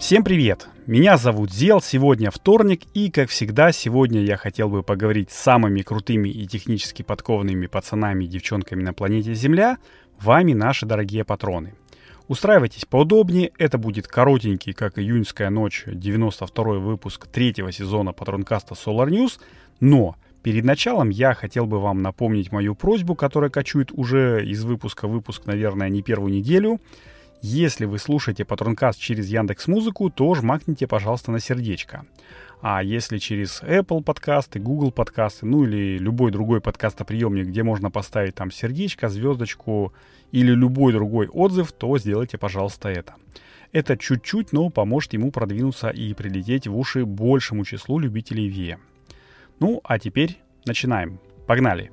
Всем привет! Меня зовут Зел, сегодня вторник, и, как всегда, сегодня я хотел бы поговорить с самыми крутыми и технически подкованными пацанами и девчонками на планете Земля, вами, наши дорогие патроны. Устраивайтесь поудобнее, это будет коротенький, как июньская ночь, 92-й выпуск третьего сезона патронкаста Solar News, но перед началом я хотел бы вам напомнить мою просьбу, которая кочует уже из выпуска в выпуск, наверное, не первую неделю. Если вы слушаете Патронкаст через Яндекс.Музыку, то жмакните, пожалуйста, на сердечко. А если через Apple подкасты, Google подкасты, ну или любой другой подкастоприемник, где можно поставить там сердечко, звездочку или любой другой отзыв, то сделайте, пожалуйста, это. Это чуть-чуть, но поможет ему продвинуться и прилететь в уши большему числу любителей ВИЭ. Ну, а теперь начинаем. Погнали!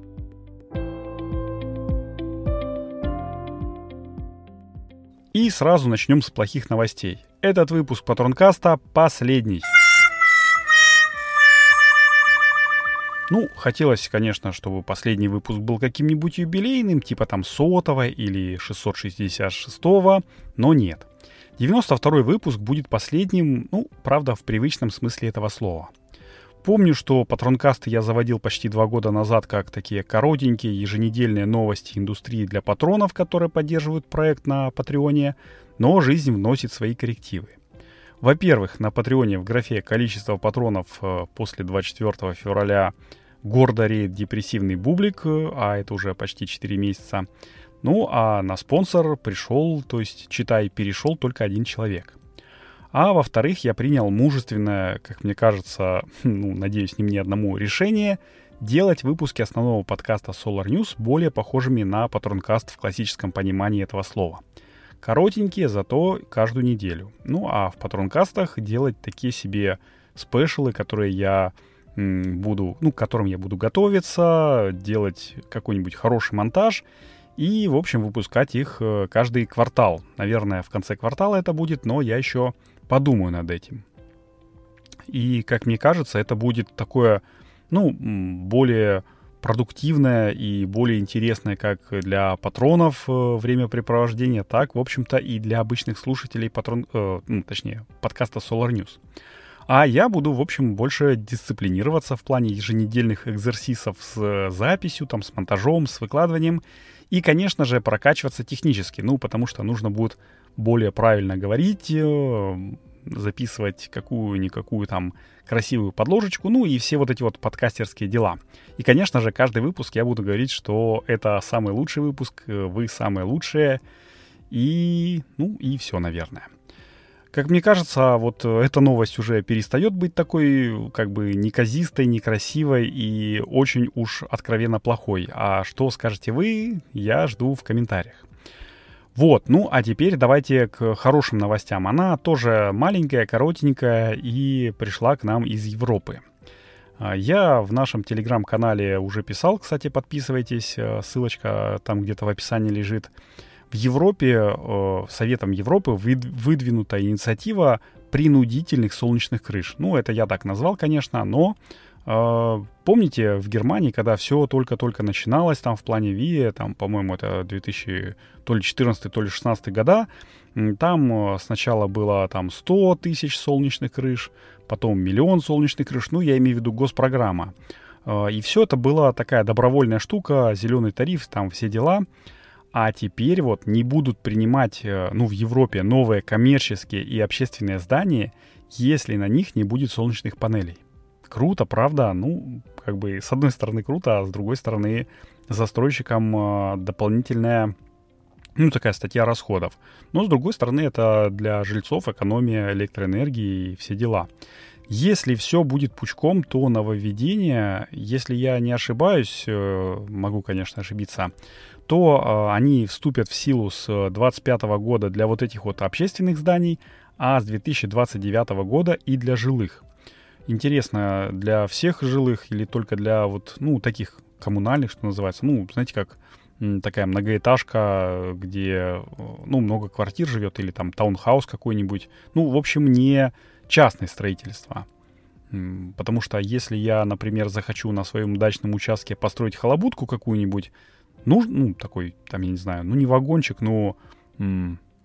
И сразу начнем с плохих новостей. Этот выпуск Патронкаста последний. Ну, хотелось, конечно, чтобы последний выпуск был каким-нибудь юбилейным, типа там 100-го или 666-го, но нет. 92-й выпуск будет последним, ну, правда, в привычном смысле этого слова. Помню, что патронкасты я заводил почти 2 года назад как такие коротенькие еженедельные новости индустрии для патронов, которые поддерживают проект на Патреоне, но жизнь вносит свои коррективы. Во-первых, на Патреоне в графе «Количество патронов» после 24 февраля гордо реет депрессивный бублик, а это уже почти 4 месяца. Ну, а на спонсор пришел, то есть, читай, перешел только один человек. А во-вторых, я принял мужественное, как мне кажется, надеюсь, не мне одному, решение делать выпуски основного подкаста Solar News более похожими на патронкаст в классическом понимании этого слова. Коротенькие, зато каждую неделю. Ну, а в патронкастах делать такие себе спешалы, которые к которым я буду готовиться, делать какой-нибудь хороший монтаж и, в общем, выпускать их каждый квартал. Наверное, в конце квартала это будет, но я еще подумаю над этим. И, как мне кажется, это будет такое, более продуктивное и более интересное как для патронов времяпрепровождения, так, в общем-то, и для обычных слушателей подкаста Solar News. А я буду, в общем, больше дисциплинироваться в плане еженедельных экзерсисов с записью, там, с монтажом, с выкладыванием. И, конечно же, прокачиваться технически, потому что нужно будет более правильно говорить, записывать какую-никакую там красивую подложечку, и все вот эти вот подкастерские дела. И, конечно же, каждый выпуск я буду говорить, что это самый лучший выпуск, вы самые лучшие, и все, наверное. Как мне кажется, вот эта новость уже перестает быть такой, как бы, неказистой, некрасивой и очень уж откровенно плохой. А что скажете вы, я жду в комментариях. Вот, а теперь давайте к хорошим новостям. Она тоже маленькая, коротенькая и пришла к нам из Европы. Я в нашем телеграм-канале уже писал, кстати, подписывайтесь, ссылочка там где-то в описании лежит. В Европе, Советом Европы выдвинута инициатива принудительных солнечных крыш. Это я так назвал, конечно, но помните, в Германии, когда все только-только начиналось, там в плане ВИЭ, там, по-моему, это 2014, то ли 16 года, там сначала было там 100 тысяч солнечных крыш, потом 1 миллион солнечных крыш, я имею в виду госпрограмма. И все это была такая добровольная штука, зеленый тариф, там все дела. А теперь вот не будут принимать, в Европе новые коммерческие и общественные здания, если на них не будет солнечных панелей. Круто, правда? С одной стороны круто, а с другой стороны застройщикам дополнительная, такая статья расходов. Но с другой стороны это для жильцов экономия электроэнергии и все дела. Если все будет пучком, то нововведения, если я не ошибаюсь, могу, конечно, ошибиться, то они вступят в силу с 2025 года для вот этих вот общественных зданий, а с 2029 года и для жилых. Интересно, для всех жилых или только для таких коммунальных, что называется? Знаете, как такая многоэтажка, где, много квартир живет, или там таунхаус какой-нибудь. В общем, не частное строительство. Потому что если я, например, захочу на своем дачном участке построить халабудку какую-нибудь, такой, там, я не знаю, не вагончик,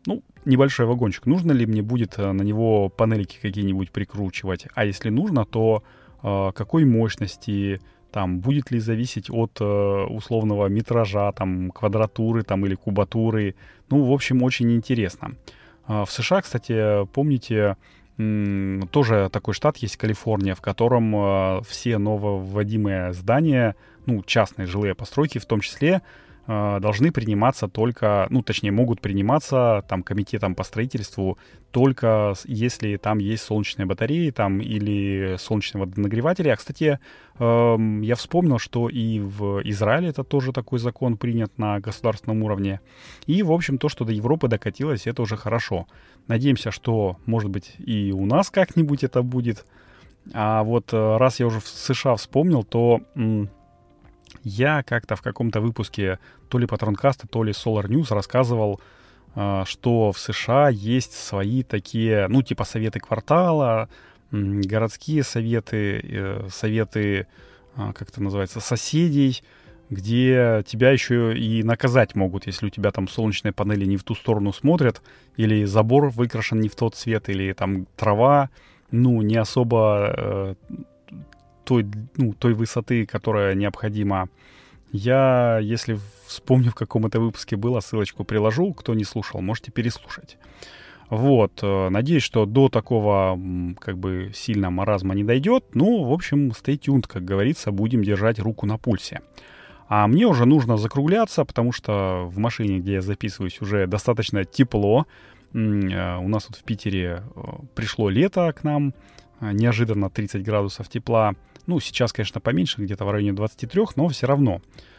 ну, небольшой вагончик. Нужно ли мне будет на него панельки какие-нибудь прикручивать? А если нужно, то какой мощности, там, будет ли зависеть от условного метража, там, квадратуры, там, или кубатуры. Ну, в общем, очень интересно. В США, кстати, помните, тоже такой штат есть, Калифорния, в котором все нововводимые здания, ну, частные жилые постройки в том числе, должны приниматься только, ну, точнее, могут приниматься там комитетом по строительству только если там есть солнечные батареи там или солнечные водонагреватели. А, кстати, я вспомнил, что и в Израиле это тоже такой закон принят на государственном уровне. И, в общем, то, что до Европы докатилось, это уже хорошо. Надеемся, что, может быть, и у нас как-нибудь это будет. А вот раз я уже в США вспомнил, то я как-то в каком-то выпуске то ли Патронкаста, то ли Solar News рассказывал, что в США есть свои такие, ну, типа советы квартала, городские советы, советы, как это называется, соседей, где тебя еще и наказать могут, если у тебя там солнечные панели не в ту сторону смотрят, или забор выкрашен не в тот цвет, или там трава, ну, не особо той высоты, которая необходима. Я, если вспомню, в каком это выпуске было, ссылочку приложу. Кто не слушал, можете переслушать. Вот. Надеюсь, что до такого как бы сильно маразма не дойдет. Ну, в общем, stay tuned, как говорится, будем держать руку на пульсе. А мне уже нужно закругляться, потому что в машине, где я записываюсь, уже достаточно тепло. У нас тут в Питере пришло лето к нам. Неожиданно 30 градусов тепла. Ну, сейчас, конечно, поменьше, где-то в районе 23, но все равно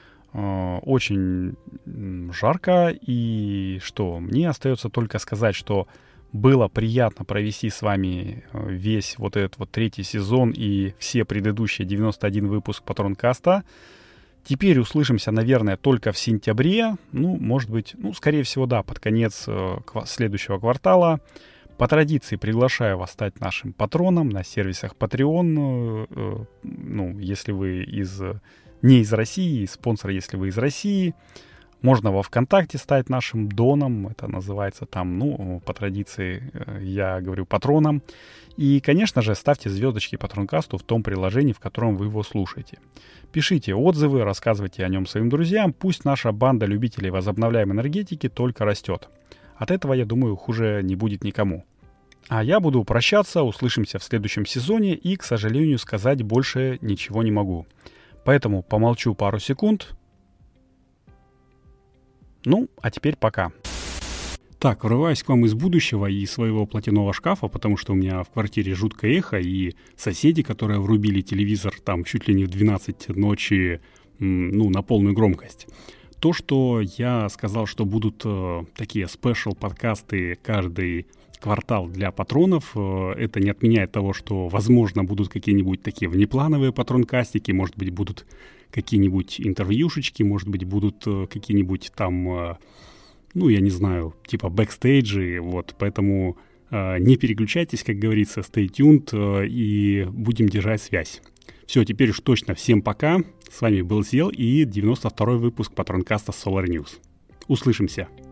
очень жарко. И что? Мне остается только сказать, что было приятно провести с вами весь вот этот вот 3-й сезон и все предыдущие 91 выпуск Патронкаста. Теперь услышимся, наверное, только в сентябре. Ну, может быть, ну, скорее всего, да, под конец следующего квартала. По традиции приглашаю вас стать нашим патроном на сервисах Patreon. Ну, если вы не из России, спонсор, если вы из России. Можно во ВКонтакте стать нашим доном. Это называется там, ну, по традиции я говорю патроном. И, конечно же, ставьте звездочки Патронкасту в том приложении, в котором вы его слушаете. Пишите отзывы, рассказывайте о нем своим друзьям. Пусть наша банда любителей возобновляемой энергетики только растет. От этого, я думаю, хуже не будет никому. А я буду прощаться, услышимся в следующем сезоне и, к сожалению, сказать больше ничего не могу. Поэтому помолчу пару секунд. Ну, а теперь пока. Так, врываюсь к вам из будущего и своего платяного шкафа, потому что у меня в квартире жуткое эхо, и соседи, которые врубили телевизор там чуть ли не в 12 ночи, ну, на полную громкость. То, что я сказал, что будут такие спешл-подкасты каждый квартал для патронов, это не отменяет того, что, возможно, будут какие-нибудь такие внеплановые патронкастики, может быть, будут какие-нибудь интервьюшечки, может быть, будут какие-нибудь там, ну, я не знаю, типа бэкстейджи, вот, поэтому не переключайтесь, как говорится, stay tuned, и будем держать связь. Все, теперь уж точно всем пока. С вами был Зел и 92-й выпуск Патронкаста Solar News. Услышимся.